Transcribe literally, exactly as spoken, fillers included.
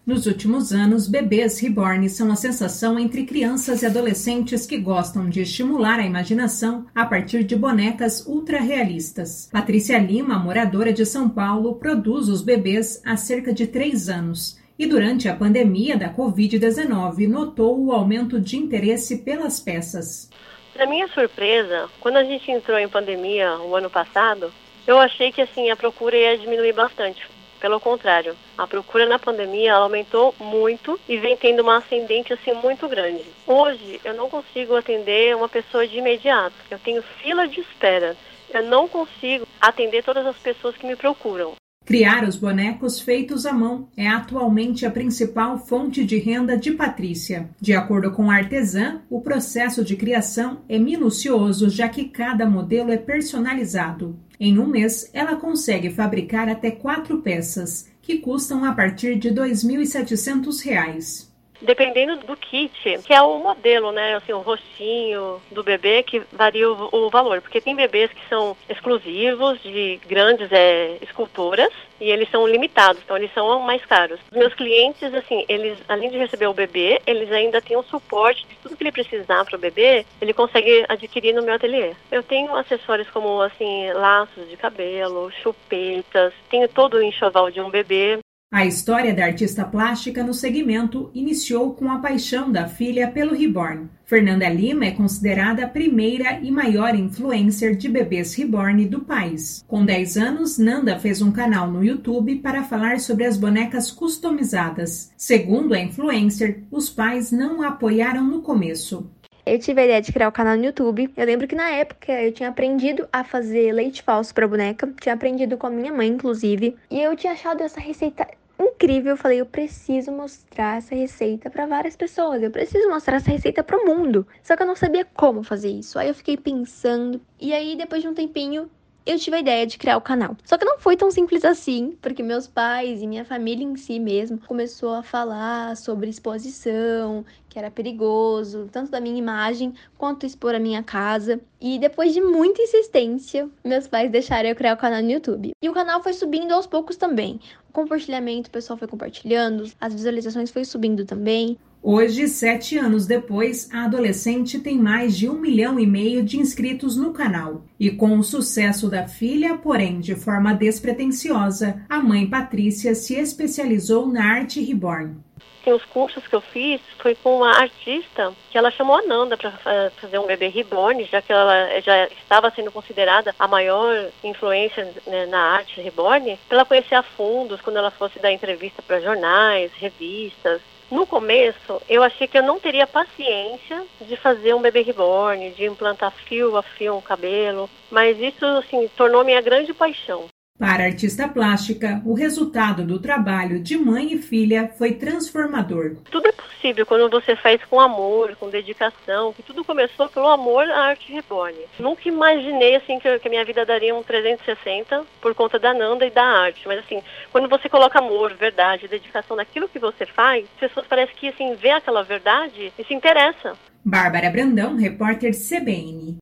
Nos últimos anos, bebês reborn são a sensação entre crianças e adolescentes que gostam de estimular a imaginação a partir de bonecas ultra-realistas. Patrícia Lima, moradora de São Paulo, produz os bebês há cerca de três anos e durante a pandemia da covid dezenove notou o aumento de interesse pelas peças. Para minha surpresa, quando a gente entrou em pandemia o ano passado, eu achei que assim, a procura ia diminuir bastante. Pelo contrário, a procura na pandemia ela aumentou muito e vem tendo uma ascendente assim muito grande. Hoje eu não consigo atender uma pessoa de imediato. Eu tenho fila de espera. Eu não consigo atender todas as pessoas que me procuram. Criar os bonecos feitos à mão é atualmente a principal fonte de renda de Patrícia. De acordo com a artesã, o processo de criação é minucioso, já que cada modelo é personalizado. Em um mês, ela consegue fabricar até quatro peças, que custam a partir de dois mil e setecentos reais. Dependendo do kit, que é o modelo, né, assim, o rostinho do bebê, que varia o, o valor, porque tem bebês que são exclusivos, de grandes é, escultoras, e eles são limitados, então eles são mais caros. Os meus clientes, assim, eles, além de receber o bebê, eles ainda têm o suporte de tudo que ele precisar para o bebê, ele consegue adquirir no meu ateliê. Eu tenho acessórios como, assim, laços de cabelo, chupetas, tenho todo o enxoval de um bebê. A história da artista plástica no segmento iniciou com a paixão da filha pelo reborn. Fernanda Lima é considerada a primeira e maior influencer de bebês reborn do país. Com dez anos, Nanda fez um canal no YouTube para falar sobre as bonecas customizadas. Segundo a influencer, os pais não a apoiaram no começo. Eu tive a ideia de criar o canal no YouTube. Eu lembro que na época eu tinha aprendido a fazer leite falso para boneca. Tinha aprendido com a minha mãe, inclusive. E eu tinha achado essa receita incrível. Eu falei, eu preciso mostrar essa receita para várias pessoas. Eu preciso mostrar essa receita para o mundo. Só que eu não sabia como fazer isso. Aí eu fiquei pensando. E aí, depois de um tempinho, eu tive a ideia de criar o canal. Só que não foi tão simples assim, porque meus pais e minha família em si mesmo começou a falar sobre exposição, que era perigoso, tanto da minha imagem quanto expor a minha casa. E depois de muita insistência, meus pais deixaram eu criar o canal no YouTube. E o canal foi subindo aos poucos também. O compartilhamento, o pessoal foi compartilhando, as visualizações foi subindo também. Hoje, sete anos depois, a adolescente tem mais de um milhão e meio de inscritos no canal. E com o sucesso da filha, porém de forma despretensiosa, a mãe Patrícia se especializou na arte reborn. Os cursos que eu fiz foi com uma artista que ela chamou a Nanda para fazer um bebê reborn, já que ela já estava sendo considerada a maior influência, né, na arte reborn, para ela conhecer a fundo quando ela fosse dar entrevista para jornais, revistas. No começo, eu achei que eu não teria paciência de fazer um bebê reborn, de implantar fio a fio um cabelo, mas isso, assim, tornou minha grande paixão. Para a artista plástica, o resultado do trabalho de mãe e filha foi transformador. Tudo é possível quando você faz com amor, com dedicação, que tudo começou pelo amor à arte reborn. Nunca imaginei assim que a minha vida daria um trezentos e sessenta por conta da Nanda e da arte, mas assim, quando você coloca amor, verdade, dedicação naquilo que você faz, as pessoas parecem que assim, vê aquela verdade e se interessam. Bárbara Brandão, repórter C B N.